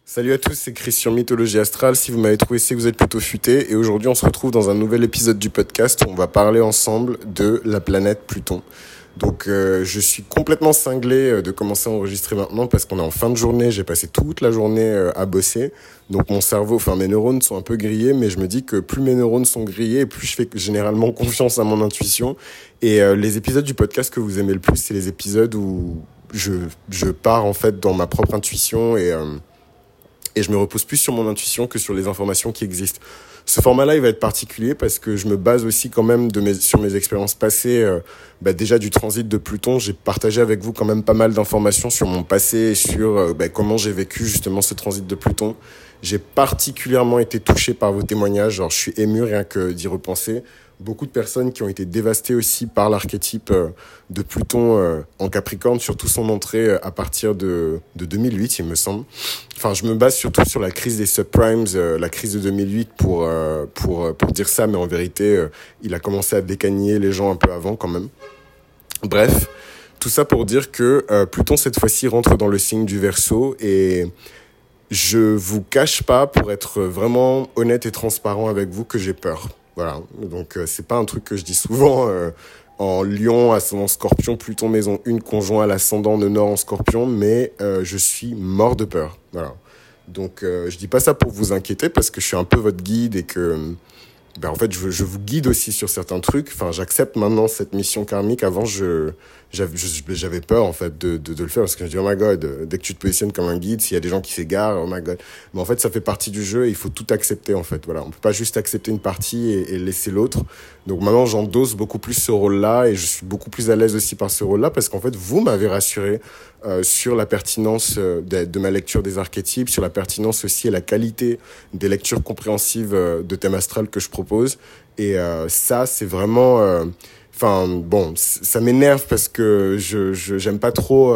Salut à tous, c'est Christian Mythologie Astrale. Si vous m'avez trouvé, c'est que vous êtes plutôt futé. Et aujourd'hui, on se retrouve dans un nouvel épisode du podcast où on va parler ensemble de la planète Pluton. Donc, je suis complètement cinglé de commencer à enregistrer maintenant parce qu'on est en fin de journée. J'ai passé toute la journée à bosser. Donc, mon cerveau, mes neurones sont un peu grillés, mais je me dis que plus mes neurones sont grillés, plus je fais généralement confiance à mon intuition. Et les épisodes du podcast que vous aimez le plus, c'est les épisodes où je pars en fait dans ma propre intuition et je me repose plus sur mon intuition que sur les informations qui existent. Ce format-là, il va être particulier parce que je me base aussi quand même sur mes expériences passées. Déjà du transit de Pluton, j'ai partagé avec vous quand même pas mal d'informations sur mon passé et sur comment j'ai vécu justement ce transit de Pluton. J'ai particulièrement été touché par vos témoignages. Genre, je suis ému rien que d'y repenser. Beaucoup de personnes qui ont été dévastées aussi par l'archétype de Pluton en Capricorne, surtout son entrée à partir de 2008, il me semble. Enfin, je me base surtout sur la crise des subprimes, la crise de 2008 pour dire ça, mais en vérité, il a commencé à décaniller les gens un peu avant quand même. Bref, tout ça pour dire que Pluton, cette fois-ci, rentre dans le signe du Verseau et je vous cache pas, pour être vraiment honnête et transparent avec vous, que j'ai peur. Voilà, donc c'est pas un truc que je dis souvent en Lion, ascendant Scorpion, Pluton maison 1, conjoint à l'ascendant de Nord en Scorpion, mais je suis mort de peur. Voilà. Donc je dis pas ça pour vous inquiéter parce que je suis un peu votre guide et que en fait je vous guide aussi sur certains trucs. Enfin, j'accepte maintenant cette mission karmique. Avant j'avais peur en fait de le faire parce que je dis oh my god, dès que tu te positionnes comme un guide, s'il y a des gens qui s'égarent, oh my god. Mais en fait ça fait partie du jeu et il faut tout accepter en fait. Voilà, on peut pas juste accepter une partie et laisser l'autre. Donc maintenant j'endosse beaucoup plus ce rôle-là et je suis beaucoup plus à l'aise aussi par ce rôle-là parce qu'en fait vous m'avez rassuré sur la pertinence de ma lecture des archétypes, sur la pertinence aussi et la qualité des lectures compréhensives de thème astral que je propose. Et ça c'est vraiment ça m'énerve parce que j'aime pas trop,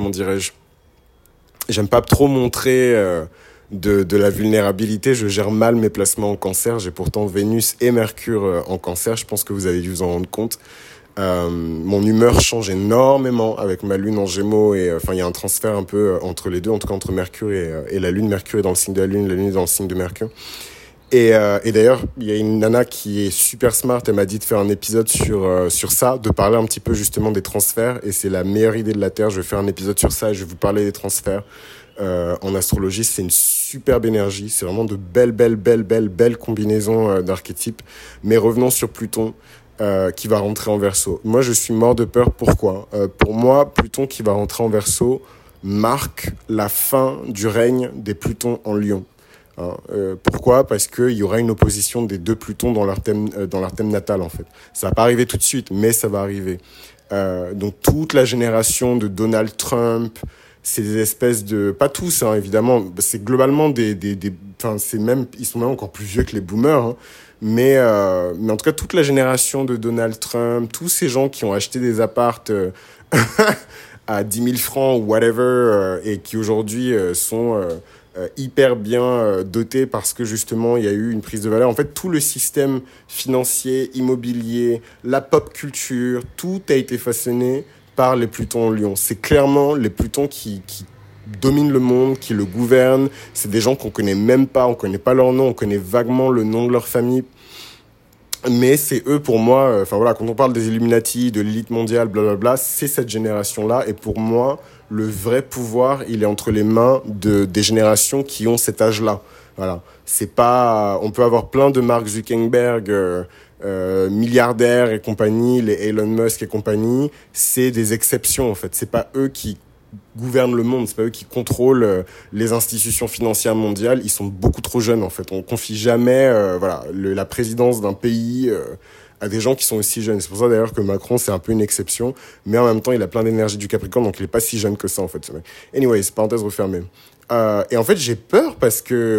j'aime pas trop montrer de la vulnérabilité. Je gère mal mes placements en Cancer. J'ai pourtant Vénus et Mercure en Cancer. Je pense que vous avez dû vous en rendre compte. Mon humeur change énormément avec ma lune en Gémeaux et il y a un transfert un peu entre les deux, en tout cas entre Mercure et la lune. Mercure est dans le signe de la lune est dans le signe de Mercure. Et d'ailleurs, il y a une nana qui est super smart, elle m'a dit de faire un épisode sur ça, de parler un petit peu justement des transferts, et c'est la meilleure idée de la Terre. Je vais faire un épisode sur ça et je vais vous parler des transferts. En astrologie, c'est une superbe énergie, c'est vraiment de belles combinaisons d'archétypes. Mais revenons sur Pluton, qui va rentrer en Verseau. Moi, je suis mort de peur. Pourquoi ? Pour moi, Pluton qui va rentrer en Verseau marque la fin du règne des Plutons en Lion. Pourquoi ? Parce qu'il y aura une opposition des deux Plutons dans leur thème natal en fait. Ça va pas arriver tout de suite, mais ça va arriver. Donc toute la génération de Donald Trump, c'est des espèces de, pas tous évidemment, c'est globalement ils sont même encore plus vieux que les boomers. Mais en tout cas toute la génération de Donald Trump, tous ces gens qui ont acheté des appartes à 10 000 francs ou whatever et qui aujourd'hui sont hyper bien doté parce que justement il y a eu une prise de valeur. En fait, tout le système financier, immobilier, la pop culture, tout a été façonné par les Plutons en Lion. C'est clairement les Plutons qui dominent le monde, qui le gouvernent. C'est des gens qu'on connaît même pas, on connaît pas leur nom, on connaît vaguement le nom de leur famille. Mais c'est eux pour moi, quand on parle des Illuminati, de l'élite mondiale, blablabla, c'est cette génération-là. Et pour moi, le vrai pouvoir, il est entre les mains des générations qui ont cet âge-là. Voilà. C'est pas, on peut avoir plein de Mark Zuckerberg, milliardaires et compagnie, les Elon Musk et compagnie. C'est des exceptions, en fait. C'est pas eux qui gouvernent le monde, c'est pas eux qui contrôlent les institutions financières mondiales. Ils sont beaucoup trop jeunes en fait. On confie jamais la présidence d'un pays à des gens qui sont aussi jeunes. C'est pour ça d'ailleurs que Macron c'est un peu une exception, mais en même temps il a plein d'énergie du Capricorne, donc il est pas si jeune que ça en fait. Anyways, parenthèse refermée. Et en fait j'ai peur parce que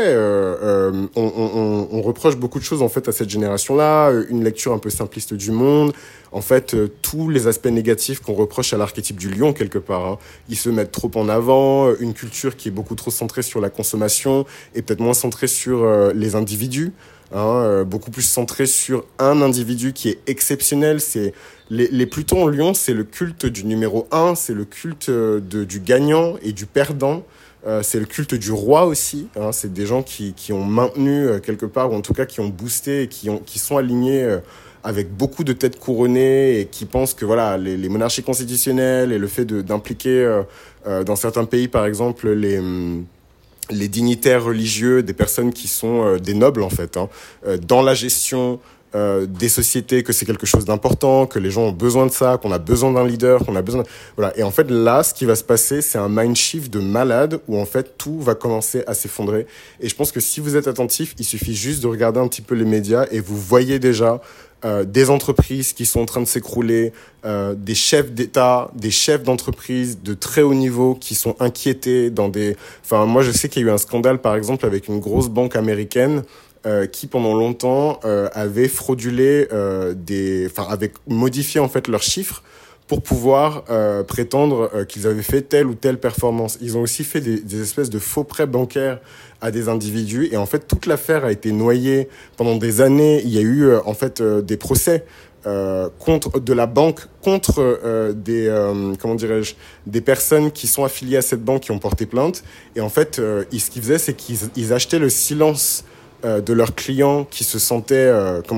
on reproche beaucoup de choses en fait à cette génération-là, une lecture un peu simpliste du monde. En fait, tous les aspects négatifs qu'on reproche à l'archétype du lion quelque part, ils se mettent trop en avant, une culture qui est beaucoup trop centrée sur la consommation et peut-être moins centrée sur les individus. Beaucoup plus centré sur un individu qui est exceptionnel. C'est les Plutons en Lion, c'est le culte du numéro 1, c'est le culte du gagnant et du perdant. c'est le culte du roi aussi. Hein. C'est des gens qui ont maintenu quelque part, ou en tout cas qui ont boosté, et qui sont alignés avec beaucoup de têtes couronnées et qui pensent que voilà les monarchies constitutionnelles et le fait d'impliquer dans certains pays par exemple les dignitaires religieux, des personnes qui sont des nobles en fait, hein, dans la gestion des sociétés, que c'est quelque chose d'important, que les gens ont besoin de ça, qu'on a besoin d'un leader, qu'on a besoin voilà. Et en fait là, ce qui va se passer, c'est un mind shift de malade où en fait tout va commencer à s'effondrer. Et je pense que si vous êtes attentif, il suffit juste de regarder un petit peu les médias et vous voyez déjà des entreprises qui sont en train de s'écrouler, des chefs d'État, des chefs d'entreprise de très haut niveau qui sont inquiétés dans des... Enfin, moi, je sais qu'il y a eu un scandale, par exemple, avec une grosse banque américaine qui, pendant longtemps, avait fraudulé avait modifié, en fait, leurs chiffres pour pouvoir prétendre qu'ils avaient fait telle ou telle performance. Ils ont aussi fait des espèces de faux prêts bancaires à des individus et en fait toute l'affaire a été noyée pendant des années. Il y a eu des procès contre de la banque contre des personnes qui sont affiliées à cette banque qui ont porté plainte et en fait ce qu'ils faisaient c'est qu'ils achetaient le silence de leurs clients qui se sentaient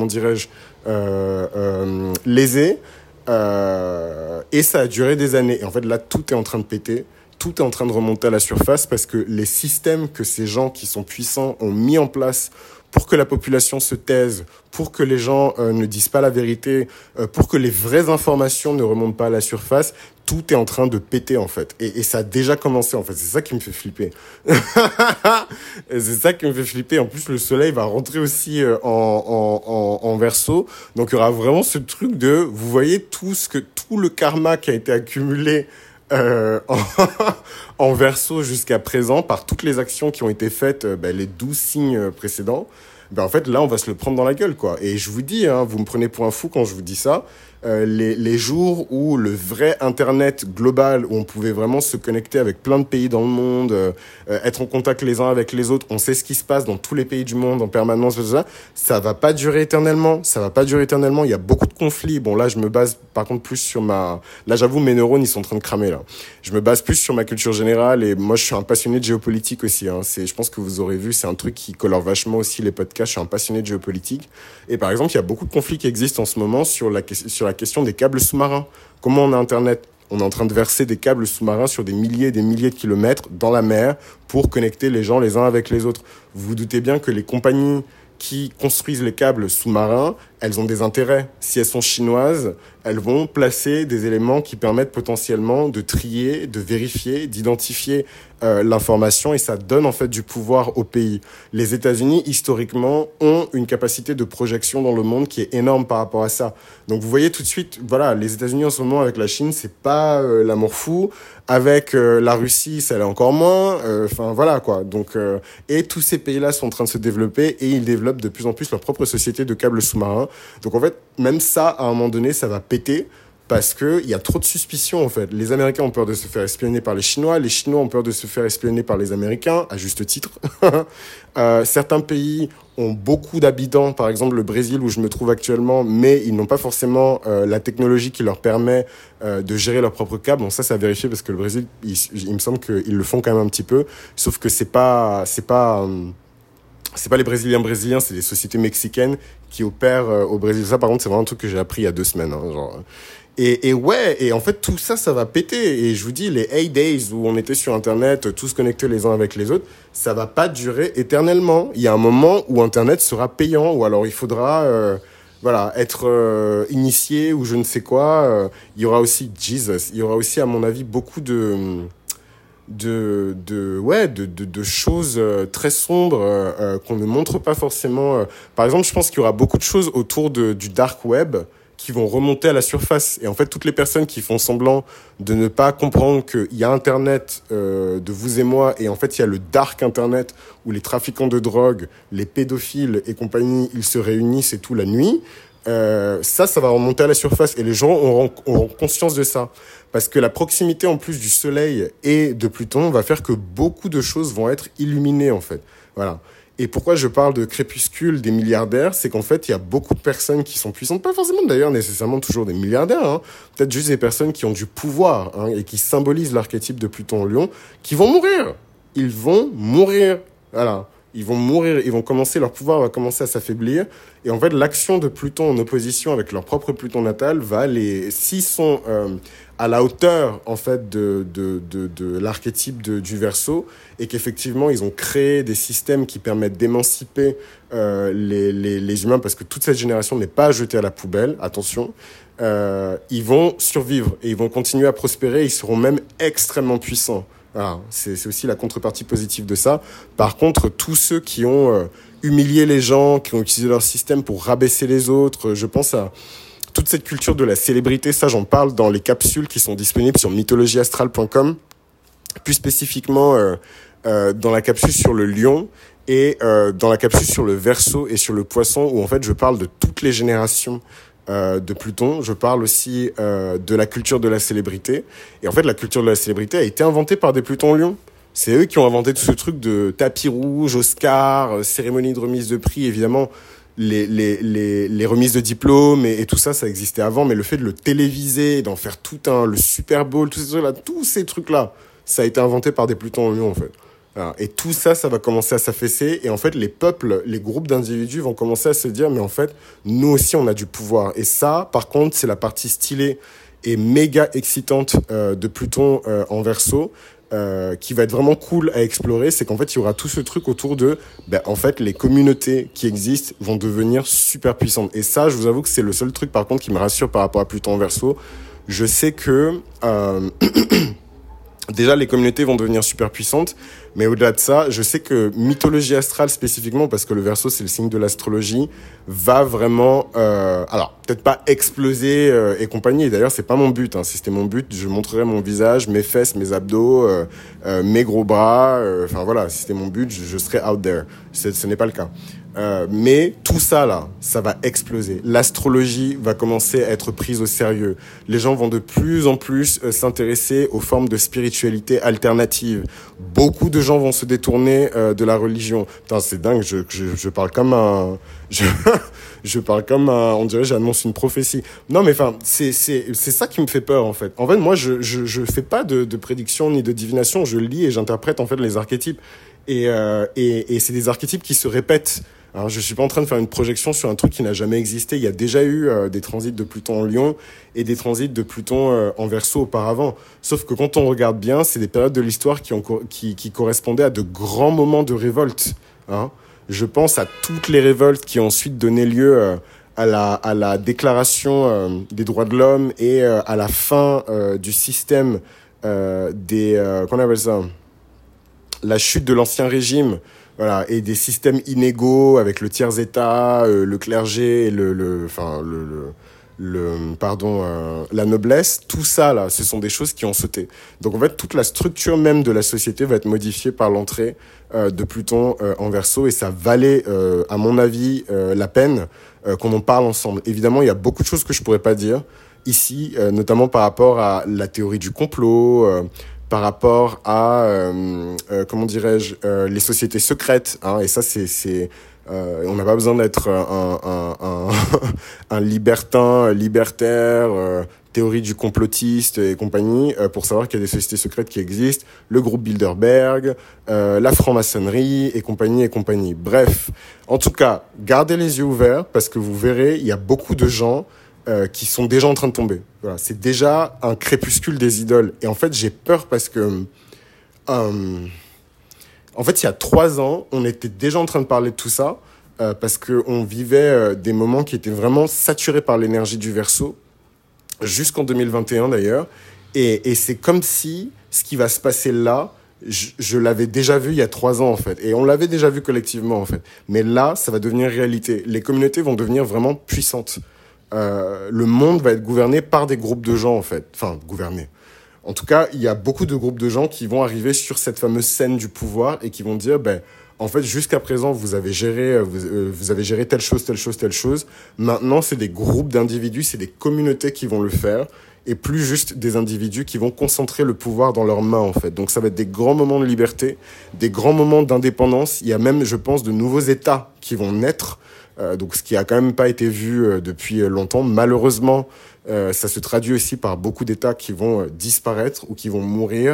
lésés. Et ça a duré des années. Et en fait, là, tout est en train de péter. Tout est en train de remonter à la surface parce que les systèmes que ces gens qui sont puissants ont mis en place pour que la population se taise, pour que les gens ne disent pas la vérité, pour que les vraies informations ne remontent pas à la surface, tout est en train de péter en fait. Et ça a déjà commencé en fait. C'est ça qui me fait flipper. Et c'est ça qui me fait flipper. En plus, le soleil va rentrer aussi en Verseau. Donc il y aura vraiment ce truc de, vous voyez tout le karma qui a été accumulé en Verseau jusqu'à présent par toutes les actions qui ont été faites les 12 signes précédents. En fait là on va se le prendre dans la gueule quoi. Et je vous dis hein, vous me prenez pour un fou quand je vous dis ça. Les jours où le vrai internet global où on pouvait vraiment se connecter avec plein de pays dans le monde, être en contact les uns avec les autres, on sait ce qui se passe dans tous les pays du monde en permanence, ça va pas durer éternellement, il y a beaucoup de conflits. Bon là je me base par contre plus sur là j'avoue mes neurones ils sont en train de cramer là. Je me base plus sur ma culture générale et moi je suis un passionné de géopolitique aussi hein. Je pense que vous aurez vu, c'est un truc qui colore vachement aussi les podcasts, je suis un passionné de géopolitique et par exemple il y a beaucoup de conflits qui existent en ce moment sur la question des câbles sous-marins. Comment on a Internet ? On est en train de verser des câbles sous-marins sur des milliers et des milliers de kilomètres dans la mer pour connecter les gens les uns avec les autres. Vous vous doutez bien que les compagnies qui construisent les câbles sous-marins, elles ont des intérêts. Si elles sont chinoises, elles vont placer des éléments qui permettent potentiellement de trier, de vérifier, d'identifier l'information et ça donne en fait du pouvoir au pays. Les États-Unis, historiquement, ont une capacité de projection dans le monde qui est énorme par rapport à ça. Donc vous voyez tout de suite, voilà, les États-Unis en ce moment avec la Chine, c'est pas l'amour fou. Avec la Russie, ça l'est encore moins. Enfin voilà quoi. Donc et tous ces pays-là sont en train de se développer et ils développent de plus en plus leur propre société de câbles sous-marins. Donc en fait, même ça, à un moment donné, ça va péter. Parce que il y a trop de suspicions en fait. Les Américains ont peur de se faire espionner par les Chinois ont peur de se faire espionner par les Américains, à juste titre. Certains pays ont beaucoup d'habitants, par exemple le Brésil où je me trouve actuellement, mais ils n'ont pas forcément la technologie qui leur permet de gérer leur propre câble. Bon ça c'est à vérifier parce que le Brésil, il me semble qu'ils le font quand même un petit peu, sauf que c'est pas les Brésiliens, c'est des sociétés mexicaines qui opèrent au Brésil. Ça par contre c'est vraiment un truc que j'ai appris il y a 2 semaines, hein, genre. Et en fait, tout ça, ça va péter. Et je vous dis, les heydays où on était sur Internet, tous connectés les uns avec les autres, ça va pas durer éternellement. Il y a un moment où Internet sera payant, ou alors il faudra, être initié ou je ne sais quoi. Il y aura aussi Jesus. Il y aura aussi, à mon avis, beaucoup de choses très sombres qu'on ne montre pas forcément. Par exemple, je pense qu'il y aura beaucoup de choses autour du dark web qui vont remonter à la surface. Et en fait, toutes les personnes qui font semblant de ne pas comprendre qu'il y a Internet de vous et moi, et en fait, il y a le dark Internet où les trafiquants de drogue, les pédophiles et compagnie, ils se réunissent et tout la nuit, ça va remonter à la surface. Et les gens auront conscience de ça. Parce que la proximité, en plus du Soleil et de Pluton, va faire que beaucoup de choses vont être illuminées, en fait. Voilà. Et pourquoi je parle de crépuscule des milliardaires, c'est qu'en fait, il y a beaucoup de personnes qui sont puissantes, pas forcément d'ailleurs nécessairement toujours des milliardaires, hein, peut-être juste des personnes qui ont du pouvoir hein, et qui symbolisent l'archétype de Pluton en Lion, qui vont mourir. ils vont mourir. Voilà. Ils vont mourir, leur pouvoir va commencer à s'affaiblir. Et en fait, l'action de Pluton en opposition avec leur propre Pluton natal s'ils sont à la hauteur, en fait, de l'archétype du Verseau, et qu'effectivement, ils ont créé des systèmes qui permettent d'émanciper les humains, parce que toute cette génération n'est pas jetée à la poubelle, attention, ils vont survivre et ils vont continuer à prospérer, ils seront même extrêmement puissants. Voilà, c'est aussi la contrepartie positive de ça. Par contre, tous ceux qui ont humilié les gens, qui ont utilisé leur système pour rabaisser les autres, je pense à toute cette culture de la célébrité. Ça, j'en parle dans les capsules qui sont disponibles sur mythologieastrale.com, plus spécifiquement dans la capsule sur le lion et dans la capsule sur le Verseau et sur le poisson, où en fait je parle de toutes les générations de Pluton. Je parle aussi de la culture de la célébrité. Et en fait, la culture de la célébrité a été inventée par des Plutons-Lions. C'est eux qui ont inventé tout ce truc de tapis rouge, Oscar, cérémonie de remise de prix. Évidemment, les remises de diplômes et tout ça, ça existait avant. Mais le fait de le téléviser, d'en faire le Super Bowl, tous ces trucs-là, ça a été inventé par des Plutons-Lions, en fait. Voilà. Et tout ça, ça va commencer à s'affaisser. Et en fait, les peuples, les groupes d'individus vont commencer à se dire, mais en fait, nous aussi, on a du pouvoir. Et ça, par contre, c'est la partie stylée et méga excitante de Pluton en Verseau, qui va être vraiment cool à explorer. C'est qu'en fait, il y aura tout ce truc autour en fait, les communautés qui existent vont devenir super puissantes. Et ça, je vous avoue que c'est le seul truc, par contre, qui me rassure par rapport à Pluton en Verseau. Je sais que... déjà, les communautés vont devenir super puissantes, mais au-delà de ça, je sais que mythologie astrale spécifiquement, parce que le Verseau, c'est le signe de l'astrologie, va vraiment, alors, peut-être pas exploser et compagnie. Et d'ailleurs, c'est pas mon but. Si c'était mon but, je montrerais mon visage, mes fesses, mes abdos, mes gros bras. Enfin voilà, si c'était mon but, je serais out there. Ce n'est pas le cas. Mais tout ça là, ça va exploser. L'astrologie va commencer à être prise au sérieux. Les gens vont de plus en plus s'intéresser aux formes de spiritualité alternative. Beaucoup de gens vont se détourner de la religion. Putain, c'est dingue, je parle comme un... Je parle comme un... On dirait j'annonce une prophétie. Non mais enfin, c'est ça qui me fait peur en fait. En fait, moi, je fais pas de prédiction ni de divination. Je lis et j'interprète en fait les archétypes. Et c'est des archétypes qui se répètent. Alors, je suis pas en train de faire une projection sur un truc qui n'a jamais existé. Il y a déjà eu des transits de Pluton en Lion et des transits de Pluton en Verseau auparavant. Sauf que quand on regarde bien, c'est des périodes de l'histoire qui correspondaient à de grands moments de révolte. Je pense à toutes les révoltes qui ont ensuite donné lieu à la déclaration des droits de l'homme et à la fin du système qu'on appelle ça, la chute de l'ancien régime. Voilà, et des systèmes inégaux avec le tiers-état, le clergé et la noblesse, tout ça là, ce sont des choses qui ont sauté. Donc en fait, toute la structure même de la société va être modifiée par l'entrée de Pluton en Verseau, et ça valait, à mon avis, la peine qu'on en parle ensemble. Évidemment, il y a beaucoup de choses que je pourrais pas dire ici, notamment par rapport à la théorie du complot. Par rapport à, comment dirais-je, les sociétés secrètes, et ça on n'a pas besoin d'être un libertaire, théorie du complotiste et compagnie, pour savoir qu'il y a des sociétés secrètes qui existent, le groupe Bilderberg, la franc-maçonnerie et compagnie. Bref, en tout cas, gardez les yeux ouverts, parce que vous verrez, il y a beaucoup de gens qui sont déjà en train de tomber. Voilà, c'est déjà un crépuscule des idoles. Et en fait, j'ai peur parce que... en fait, il y a 3 ans, on était déjà en train de parler de tout ça, parce qu'on vivait des moments qui étaient vraiment saturés par l'énergie du Verseau, jusqu'en 2021 d'ailleurs. Et c'est comme si ce qui va se passer là, je l'avais déjà vu il y a 3 ans en fait. Et on l'avait déjà vu collectivement en fait. Mais là, ça va devenir réalité. Les communautés vont devenir vraiment puissantes. Le monde va être gouverné par des groupes de gens en fait. Enfin, gouverné. En tout cas, il y a beaucoup de groupes de gens qui vont arriver sur cette fameuse scène du pouvoir et qui vont dire, en fait, jusqu'à présent, vous avez géré telle chose. Maintenant, c'est des groupes d'individus, c'est des communautés qui vont le faire, et plus juste des individus qui vont concentrer le pouvoir dans leurs mains, en fait. Donc, ça va être des grands moments de liberté, des grands moments d'indépendance. Il y a même, je pense, de nouveaux États qui vont naître. Donc, ce qui a quand même pas été vu depuis longtemps. Malheureusement, ça se traduit aussi par beaucoup d'États qui vont disparaître ou qui vont mourir.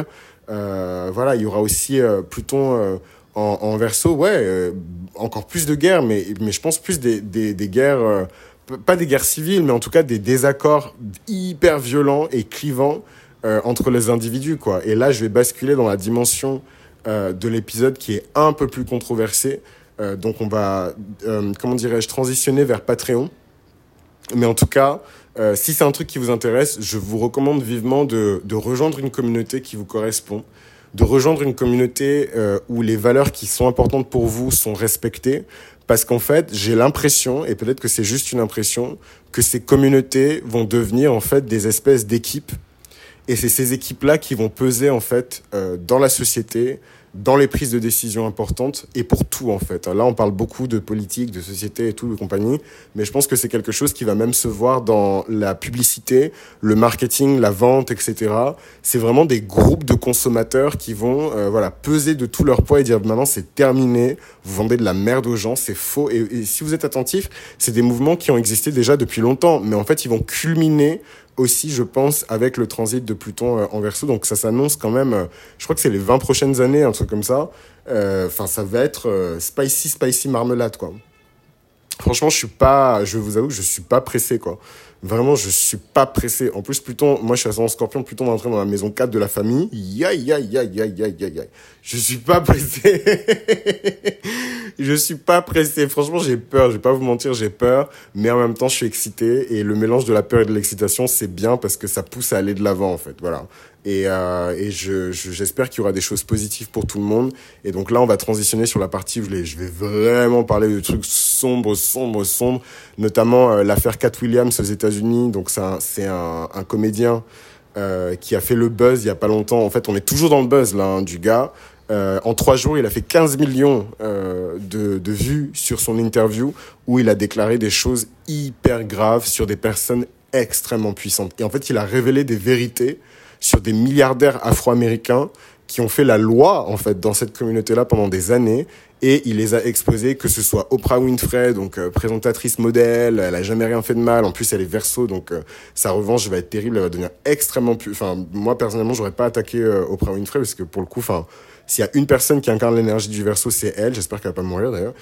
Voilà, il y aura aussi Pluton en Verseau, encore plus de guerres, mais je pense plus des guerres, pas des guerres civiles, mais en tout cas des désaccords hyper violents et clivants entre les individus, quoi. Et là, je vais basculer dans la dimension de l'épisode qui est un peu plus controversée. Donc on va, comment dirais-je, transitionner vers Patreon. Mais en tout cas, si c'est un truc qui vous intéresse, je vous recommande vivement de rejoindre une communauté qui vous correspond, de rejoindre une communauté où les valeurs qui sont importantes pour vous sont respectées. Parce qu'en fait, j'ai l'impression, et peut-être que c'est juste une impression, que ces communautés vont devenir en fait des espèces d'équipes. Et c'est ces équipes-là qui vont peser en fait dans la société, dans les prises de décision importantes et pour tout en fait. Là, on parle beaucoup de politique, de société et tout, de compagnie, mais je pense que c'est quelque chose qui va même se voir dans la publicité, le marketing, la vente, etc. C'est vraiment des groupes de consommateurs qui vont peser de tout leur poids et dire maintenant c'est terminé, vous vendez de la merde aux gens, c'est faux. Et si vous êtes attentif, c'est des mouvements qui ont existé déjà depuis longtemps, mais en fait ils vont culminer aussi, je pense, avec le transit de Pluton en Verseau. Donc ça s'annonce quand même, je crois que c'est les 20 prochaines années, un truc comme ça. Enfin, ça va être spicy marmelade, quoi. Franchement, je vous avoue que je suis pas pressé, quoi. Vraiment, je suis pas pressé. En plus, Pluton, moi, je suis ascendant Scorpion, Pluton va entrer dans la maison 4 de la famille. Aïe. Je suis pas pressé. Je suis pas pressé. Franchement, j'ai peur. Je vais pas vous mentir, j'ai peur. Mais en même temps, je suis excité. Et le mélange de la peur et de l'excitation, c'est bien parce que ça pousse à aller de l'avant, en fait. Voilà. Et j'espère qu'il y aura des choses positives pour tout le monde. Et donc là, on va transitionner sur la partie où je vais vraiment parler de trucs sombres, notamment l'affaire Cat Williams aux États-Unis. Donc c'est un comédien qui a fait le buzz il y a pas longtemps. En fait, on est toujours dans le buzz là, hein, du gars. En 3 jours, il a fait 15 millions de vues sur son interview où il a déclaré des choses hyper graves sur des personnes extrêmement puissantes. Et en fait, il a révélé des vérités sur des milliardaires afro-américains qui ont fait la loi, en fait, dans cette communauté-là pendant des années. Et il les a exposés, que ce soit Oprah Winfrey, donc présentatrice modèle, elle a jamais rien fait de mal. En plus, elle est Verseau, donc sa revanche va être terrible. Elle va devenir extrêmement... Enfin, moi, personnellement, j'aurais pas attaqué Oprah Winfrey, parce que pour le coup, enfin, s'il y a une personne qui incarne l'énergie du Verseau, c'est elle. J'espère qu'elle va pas mourir, d'ailleurs.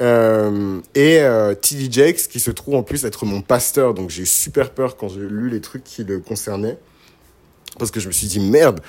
T.D. Jakes, qui se trouve en plus être mon pasteur. Donc, j'ai eu super peur quand j'ai lu les trucs qui le concernaient. Parce que je me suis dit, merde,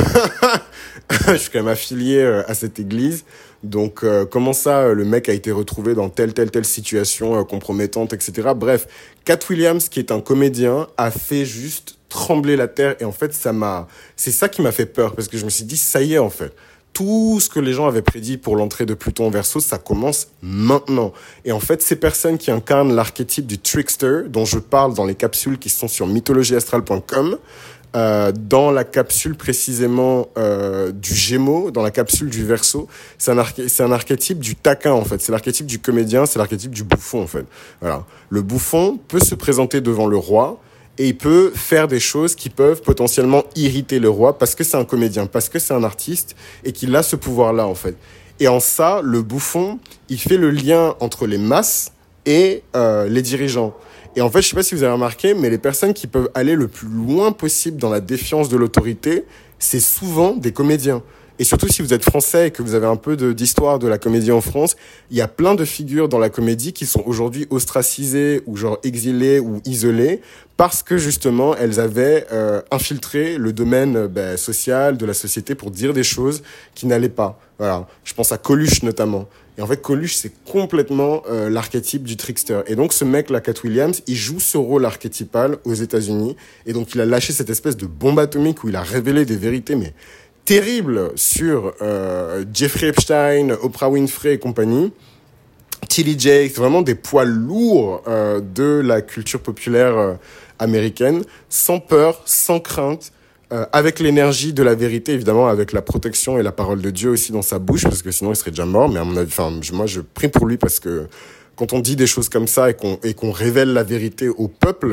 je suis quand même affilié à cette église. Donc, comment ça, le mec a été retrouvé dans telle situation compromettante, etc. Bref, Cat Williams, qui est un comédien, a fait juste trembler la terre. Et en fait, c'est ça qui m'a fait peur. Parce que je me suis dit, ça y est, en fait. Tout ce que les gens avaient prédit pour l'entrée de Pluton en Verseau, ça commence maintenant. Et en fait, ces personnes qui incarnent l'archétype du trickster, dont je parle dans les capsules qui sont sur mythologieastrale.com, dans la capsule précisément du Gémeaux, dans la capsule du Verseau, c'est un archétype du taquin en fait, c'est l'archétype du comédien, c'est l'archétype du bouffon en fait. Voilà, le bouffon peut se présenter devant le roi et il peut faire des choses qui peuvent potentiellement irriter le roi parce que c'est un comédien, parce que c'est un artiste et qu'il a ce pouvoir-là en fait. Et en ça, le bouffon, il fait le lien entre les masses et les dirigeants. Et en fait, je sais pas si vous avez remarqué, mais les personnes qui peuvent aller le plus loin possible dans la défiance de l'autorité, c'est souvent des comédiens. Et surtout si vous êtes français et que vous avez un peu d'histoire de la comédie en France, il y a plein de figures dans la comédie qui sont aujourd'hui ostracisées ou genre exilées ou isolées parce que justement elles avaient infiltré le domaine social de la société pour dire des choses qui n'allaient pas. Voilà, je pense à Coluche notamment. Et en fait, Coluche, c'est complètement l'archétype du trickster. Et donc, ce mec-là, Cat Williams, il joue ce rôle archétypal aux États-Unis. Et donc, il a lâché cette espèce de bombe atomique où il a révélé des vérités, mais terribles sur Jeffrey Epstein, Oprah Winfrey et compagnie. T.D. Jakes, vraiment des poids lourds de la culture populaire américaine, sans peur, sans crainte, avec l'énergie de la vérité, évidemment, avec la protection et la parole de Dieu aussi dans sa bouche, parce que sinon il serait déjà mort. Mais à mon avis, moi je prie pour lui parce que quand on dit des choses comme ça et qu'on révèle la vérité au peuple,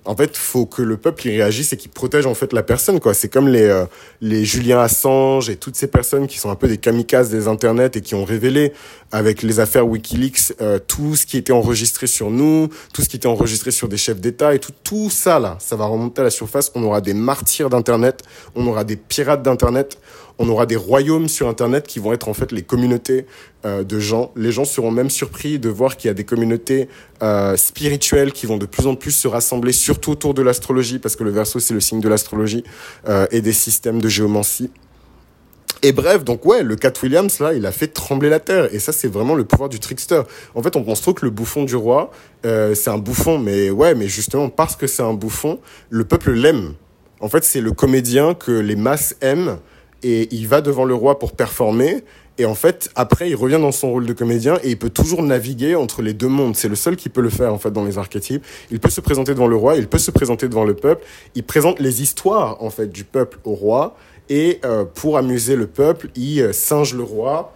En fait, faut que le peuple y réagisse et qu'il protège en fait la personne, quoi. C'est comme les Julian Assange et toutes ces personnes qui sont un peu des kamikazes des internets et qui ont révélé avec les affaires WikiLeaks tout ce qui était enregistré sur nous, tout ce qui était enregistré sur des chefs d'État et tout ça là, ça va remonter à la surface. On aura des martyrs d'internet, on aura des pirates d'internet. On aura des royaumes sur Internet qui vont être en fait les communautés de gens. Les gens seront même surpris de voir qu'il y a des communautés spirituelles qui vont de plus en plus se rassembler, surtout autour de l'astrologie, parce que le Verseau, c'est le signe de l'astrologie et des systèmes de géomancie. Et bref, donc ouais, le Cat Williams, là, il a fait trembler la terre. Et ça, c'est vraiment le pouvoir du trickster. En fait, on pense trop que le bouffon du roi, c'est un bouffon. Mais ouais, mais justement, parce que c'est un bouffon, le peuple l'aime. En fait, c'est le comédien que les masses aiment. Et il va devant le roi pour performer. Et en fait, après, il revient dans son rôle de comédien et il peut toujours naviguer entre les deux mondes. C'est le seul qui peut le faire, en fait, dans les archétypes. Il peut se présenter devant le roi, il peut se présenter devant le peuple. Il présente les histoires, en fait, du peuple au roi. Et pour amuser le peuple, il singe le roi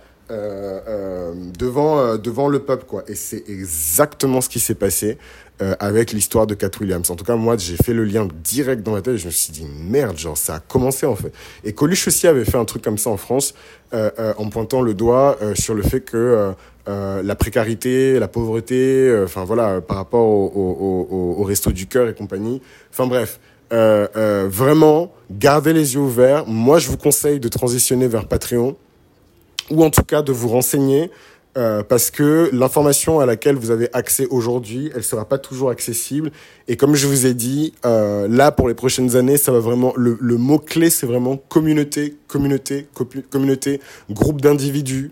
devant le peuple, quoi. Et c'est exactement ce qui s'est passé avec l'histoire de Cat Williams. En tout cas, moi, j'ai fait le lien direct dans ma tête et je me suis dit, merde, genre, ça a commencé, en fait. Et Coluche aussi avait fait un truc comme ça en France, en pointant le doigt sur le fait que la précarité, la pauvreté, enfin voilà, par rapport au Resto du Cœur et compagnie. Enfin bref, vraiment, gardez les yeux ouverts. Moi, je vous conseille de transitionner vers Patreon, ou en tout cas de vous renseigner, parce que l'information à laquelle vous avez accès aujourd'hui, elle sera pas toujours accessible. Et comme je vous ai dit, là, pour les prochaines années, ça va vraiment, le mot-clé, c'est vraiment communauté, groupe d'individus.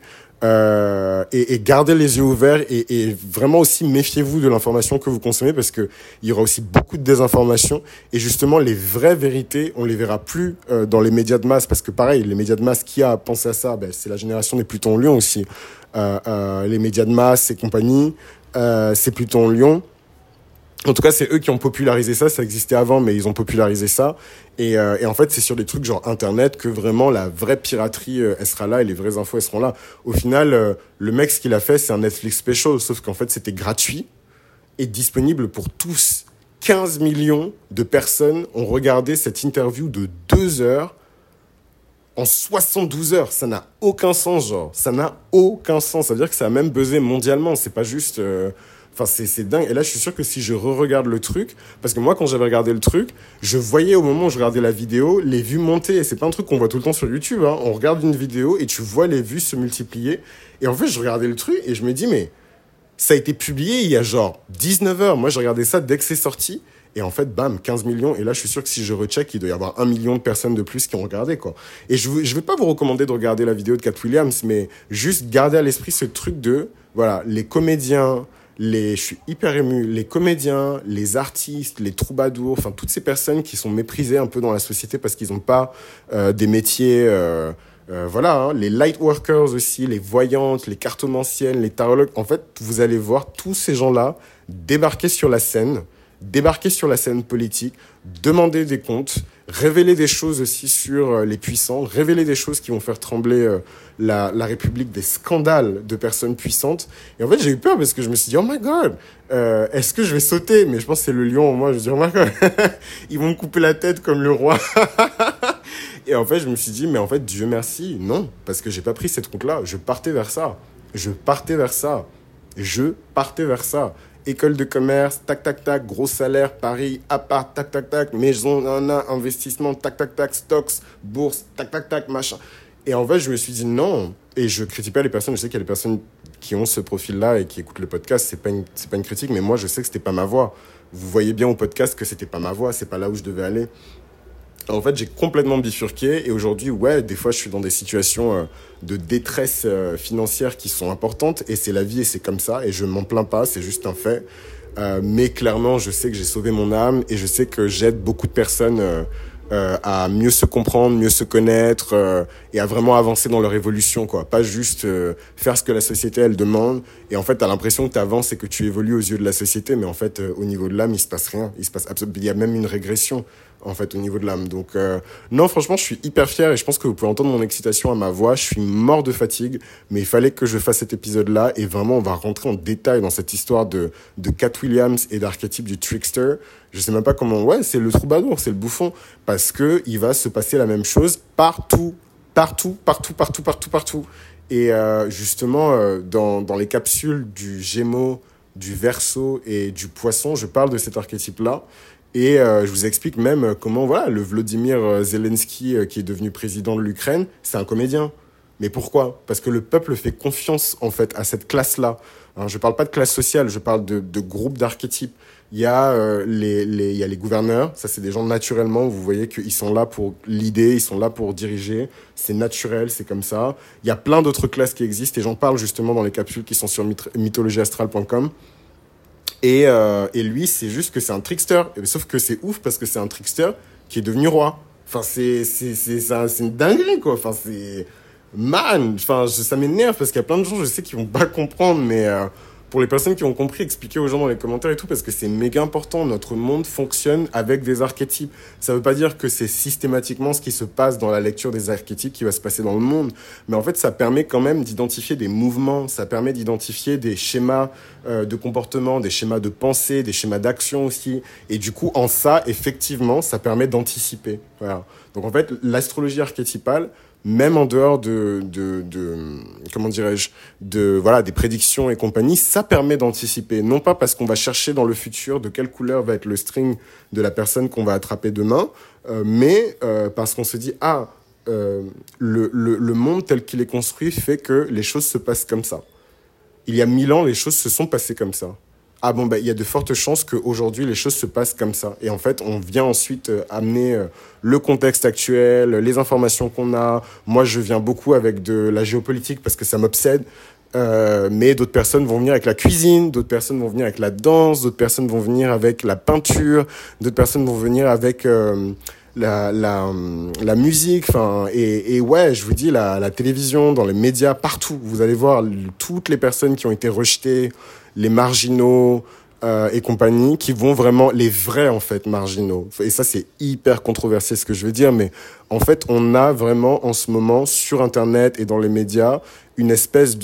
Et gardez les yeux ouverts et vraiment aussi méfiez-vous de l'information que vous consommez parce que il y aura aussi beaucoup de désinformation et justement les vraies vérités on les verra plus dans les médias de masse parce que pareil les médias de masse qui a pensé à ça c'est la génération des Pluton-Lion aussi les médias de masse et compagnie c'est Pluton-Lion. En tout cas, c'est eux qui ont popularisé ça. Ça existait avant, mais ils ont popularisé ça. Et en fait, c'est sur des trucs genre Internet que vraiment la vraie piraterie, elle sera là et les vraies infos, elles seront là. Au final, le mec, ce qu'il a fait, c'est un Netflix special. Sauf qu'en fait, c'était gratuit et disponible pour tous. 15 millions de personnes ont regardé cette interview de 2 heures en 72 heures. Ça n'a aucun sens, genre. Ça n'a aucun sens. Ça veut dire que ça a même buzzé mondialement. C'est pas juste... Enfin, c'est dingue. Et là, je suis sûr que si je re-regarde le truc, parce que moi, quand j'avais regardé le truc, je voyais au moment où je regardais la vidéo, les vues monter. Et c'est pas un truc qu'on voit tout le temps sur YouTube, hein. On regarde une vidéo et tu vois les vues se multiplier. Et en fait, je regardais le truc et je me dis, mais ça a été publié il y a genre 19 heures. Moi, j'ai regardé ça dès que c'est sorti. Et en fait, bam, 15 millions. Et là, je suis sûr que si je recheck, il doit y avoir 1 million de personnes de plus qui ont regardé, quoi. Et je vais pas vous recommander de regarder la vidéo de Cat Williams, mais juste garder à l'esprit ce truc de, voilà, les comédiens, je suis hyper ému, les comédiens, les artistes, les troubadours, enfin toutes ces personnes qui sont méprisées un peu dans la société parce qu'ils n'ont pas des métiers, voilà, hein, les light workers aussi, les voyantes, les cartomanciennes, les tarologues. En fait, vous allez voir tous ces gens-là débarquer sur la scène politique, demander des comptes, révéler des choses aussi sur les puissants, révéler des choses qui vont faire trembler la République, des scandales de personnes puissantes. Et en fait, j'ai eu peur parce que je me suis dit, oh my God, est-ce que je vais sauter? Mais je pense que c'est le lion en moi. Je me dis, oh my God, ils vont me couper la tête comme le roi. Et en fait, je me suis dit, mais en fait, Dieu merci, non, parce que j'ai pas pris cette route-là. Je partais vers ça. École de commerce, tac, tac, tac, gros salaire, Paris, appart, tac, tac, tac, maison, investissement, tac, tac, tac, stocks, bourse, tac, tac, tac, machin. Et en fait, je me suis dit non. Et je critique pas les personnes. Je sais qu'il y a des personnes qui ont ce profil-là et qui écoutent le podcast. C'est pas une critique, mais moi, je sais que c'était pas ma voix. Vous voyez bien au podcast que c'était pas ma voix. C'est pas là où je devais aller. En fait, j'ai complètement bifurqué et aujourd'hui, ouais, des fois, je suis dans des situations de détresse financière qui sont importantes et c'est la vie et c'est comme ça et je m'en plains pas, c'est juste un fait. Mais clairement, je sais que j'ai sauvé mon âme et je sais que j'aide beaucoup de personnes à mieux se comprendre, mieux se connaître et à vraiment avancer dans leur évolution, quoi. Pas juste faire ce que la société, elle demande et en fait, t'as l'impression que t'avances et que tu évolues aux yeux de la société, mais en fait, au niveau de l'âme, il se passe rien. Il y a même une régression. en fait, au niveau de l'âme. Donc, non, franchement, je suis hyper fier et je pense que vous pouvez entendre mon excitation à ma voix. Je suis mort de fatigue, mais il fallait que je fasse cet épisode-là et vraiment, on va rentrer en détail dans cette histoire de Cat Williams et d'archétype du trickster. Je sais même pas comment, ouais, c'est le troubadour, c'est le bouffon, parce que il va se passer la même chose partout. Et justement, dans les capsules du Gémeaux, du Verseau et du Poisson, je parle de cet archétype-là. Et je vous explique même comment voilà, le Vladimir Zelensky, qui est devenu président de l'Ukraine, c'est un comédien. Mais pourquoi ? Parce que le peuple fait confiance, en fait, à cette classe-là. Hein, je ne parle pas de classe sociale, je parle de groupes d'archétypes. Il y a il y a les gouverneurs, ça c'est des gens naturellement, vous voyez qu'ils sont là pour l'idée, ils sont là pour diriger, c'est naturel, c'est comme ça. Il y a plein d'autres classes qui existent et j'en parle justement dans les capsules qui sont sur mythologieastrale.com. Et lui, c'est juste que c'est un trickster, sauf que c'est ouf parce que c'est un trickster qui est devenu roi. Enfin, c'est une dinguerie, quoi. Enfin, c'est... Man, enfin, ça m'énerve parce qu'il y a plein de gens, je sais, qui vont pas comprendre, mais pour les personnes qui ont compris, expliquez aux gens dans les commentaires et tout, parce que c'est méga important. Notre monde fonctionne avec des archétypes. Ça veut pas dire que c'est systématiquement ce qui se passe dans la lecture des archétypes qui va se passer dans le monde, mais en fait, ça permet quand même d'identifier des mouvements, ça permet d'identifier des schémas de comportement, des schémas de pensée, des schémas d'action aussi. Et du coup, en ça, effectivement, ça permet d'anticiper. Voilà. Donc en fait, l'astrologie archétypale, même en dehors comment dirais-je, voilà, des prédictions et compagnie, ça permet d'anticiper. Non pas parce qu'on va chercher dans le futur de quelle couleur va être le string de la personne qu'on va attraper demain, mais parce qu'on se dit, le monde tel qu'il est construit fait que les choses se passent comme ça. Il y a 1000 ans, les choses se sont passées comme ça. Ah bon, il y a de fortes chances qu'aujourd'hui, les choses se passent comme ça. Et en fait, on vient ensuite amener le contexte actuel, les informations qu'on a. Moi, je viens beaucoup avec de la géopolitique parce que ça m'obsède. Mais d'autres personnes vont venir avec la cuisine, d'autres personnes vont venir avec la danse, d'autres personnes vont venir avec la peinture, d'autres personnes vont venir avec la musique, enfin, et ouais, je vous dis, la télévision, dans les médias, partout, vous allez voir toutes les personnes qui ont été rejetées, les marginaux et compagnie, qui vont vraiment, les vrais en fait marginaux. Et ça, c'est hyper controversé ce que je veux dire, mais en fait, on a vraiment en ce moment sur Internet et dans les médias une espèce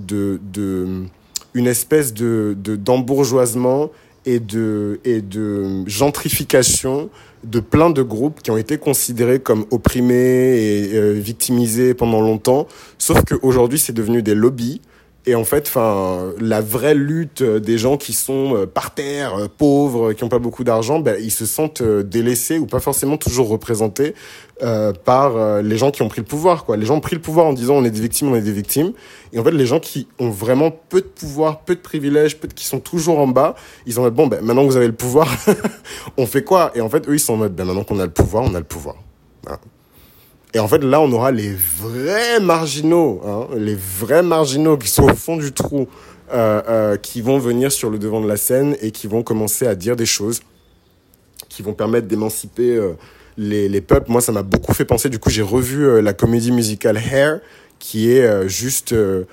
d'embourgeoisement et de gentrification de plein de groupes qui ont été considérés comme opprimés et victimisés pendant longtemps, sauf qu'aujourd'hui c'est devenu des lobbies. Et en fait, la vraie lutte des gens qui sont par terre, pauvres, qui n'ont pas beaucoup d'argent, ils se sentent délaissés ou pas forcément toujours représentés par les gens qui ont pris le pouvoir, quoi. Les gens ont pris le pouvoir en disant on est des victimes. Et en fait, les gens qui ont vraiment peu de pouvoir, peu de privilèges, qui sont toujours en bas, ils sont en mode maintenant que vous avez le pouvoir, on fait quoi ? Et en fait, eux, ils sont en mode maintenant qu'on a le pouvoir, on a le pouvoir. Voilà. Et en fait, là, on aura les vrais marginaux, les vrais marginaux qui sont au fond du trou, qui vont venir sur le devant de la scène et qui vont commencer à dire des choses qui vont permettre d'émanciper les peuples. Moi, ça m'a beaucoup fait penser. Du coup, j'ai revu la comédie musicale Hair, qui est juste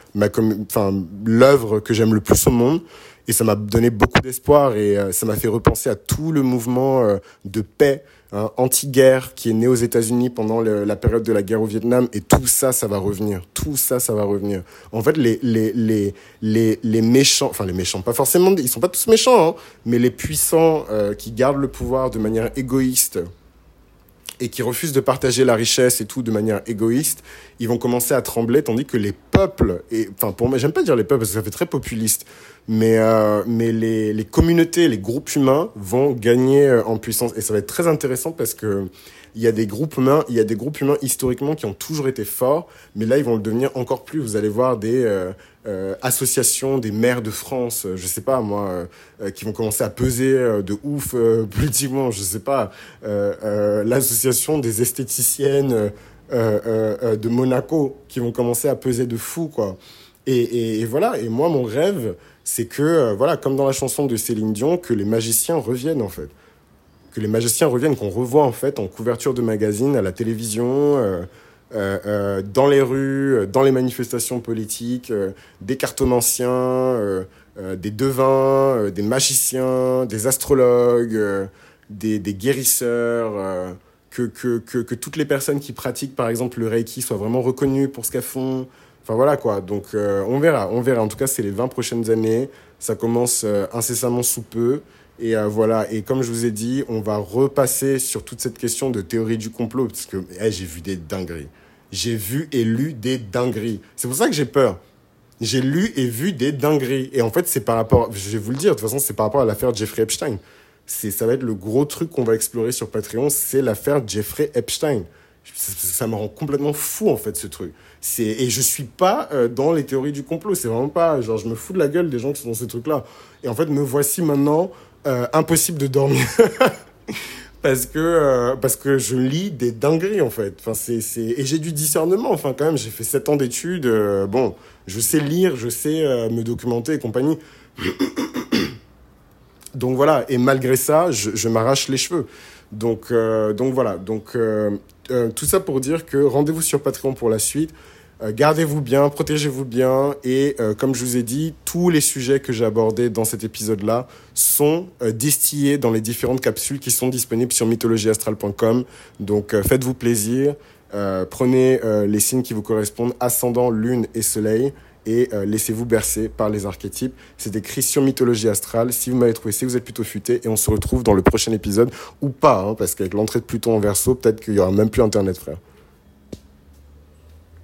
l'œuvre que j'aime le plus au monde. Et ça m'a donné beaucoup d'espoir et ça m'a fait repenser à tout le mouvement de paix, anti-guerre qui est né aux États-Unis pendant la période de la guerre au Vietnam. Et tout ça, ça va revenir. Tout ça, ça va revenir. En fait, les méchants, enfin les méchants, pas forcément, ils sont pas tous méchants, mais les puissants qui gardent le pouvoir de manière égoïste et qui refusent de partager la richesse et tout de manière égoïste, ils vont commencer à trembler, tandis que les peuples, pour moi, j'aime pas dire les peuples parce que ça fait très populiste, mais les communautés, les groupes humains vont gagner en puissance. Et ça va être très intéressant parce que il y a des groupes humains historiquement qui ont toujours été forts, mais là, ils vont le devenir encore plus. Vous allez voir des associations des maires de France, je sais pas moi, qui vont commencer à peser de ouf politiquement, je sais pas, l'association des esthéticiennes de Monaco qui vont commencer à peser de fou, quoi. Et voilà, et moi mon rêve c'est que voilà, comme dans la chanson de Céline Dion, que les magiciens reviennent en fait. Que les magiciens reviennent, qu'on revoit en fait en couverture de magazine, à la télévision, dans les rues, dans les manifestations politiques, des cartomanciens, des devins, des magiciens, des astrologues, des guérisseurs, que toutes les personnes qui pratiquent, par exemple, le Reiki soient vraiment reconnues pour ce qu'elles font. Enfin, voilà, quoi. Donc, on verra. En tout cas, c'est les 20 prochaines années. Ça commence incessamment sous peu. Et voilà. Et comme je vous ai dit, on va repasser sur toute cette question de théorie du complot. Parce que j'ai vu des dingueries. J'ai vu et lu des dingueries. C'est pour ça que j'ai peur. J'ai lu et vu des dingueries. Et en fait, c'est par rapport, je vais vous le dire, de toute façon, c'est par rapport à l'affaire Jeffrey Epstein. Ça va être le gros truc qu'on va explorer sur Patreon, c'est l'affaire Jeffrey Epstein. Ça me rend complètement fou, en fait, ce truc. Et je suis pas dans les théories du complot. C'est vraiment pas, genre, je me fous de la gueule des gens qui sont dans ces trucs-là. Et en fait, me voici maintenant impossible de dormir. Parce que je lis des dingueries, en fait. Enfin, et j'ai du discernement, enfin, quand même. J'ai fait 7 ans d'études. Bon, je sais lire, je sais me documenter et compagnie. Donc voilà, et malgré ça, je m'arrache les cheveux. Donc voilà, tout ça pour dire que rendez-vous sur Patreon pour la suite. Gardez-vous bien, protégez-vous bien. Et comme je vous ai dit, tous les sujets que j'ai abordés dans cet épisode-là sont distillés dans les différentes capsules qui sont disponibles sur mythologieastrale.com. Donc faites-vous plaisir. Prenez les signes qui vous correspondent, ascendant, lune et soleil. Et laissez-vous bercer par les archétypes. C'est écrit sur Mythologie Astrale. Si vous m'avez trouvé, c'est que vous êtes plutôt futé. Et on se retrouve dans le prochain épisode. Ou pas, hein, parce qu'avec l'entrée de Pluton en Verseau, peut-être qu'il n'y aura même plus Internet, frère.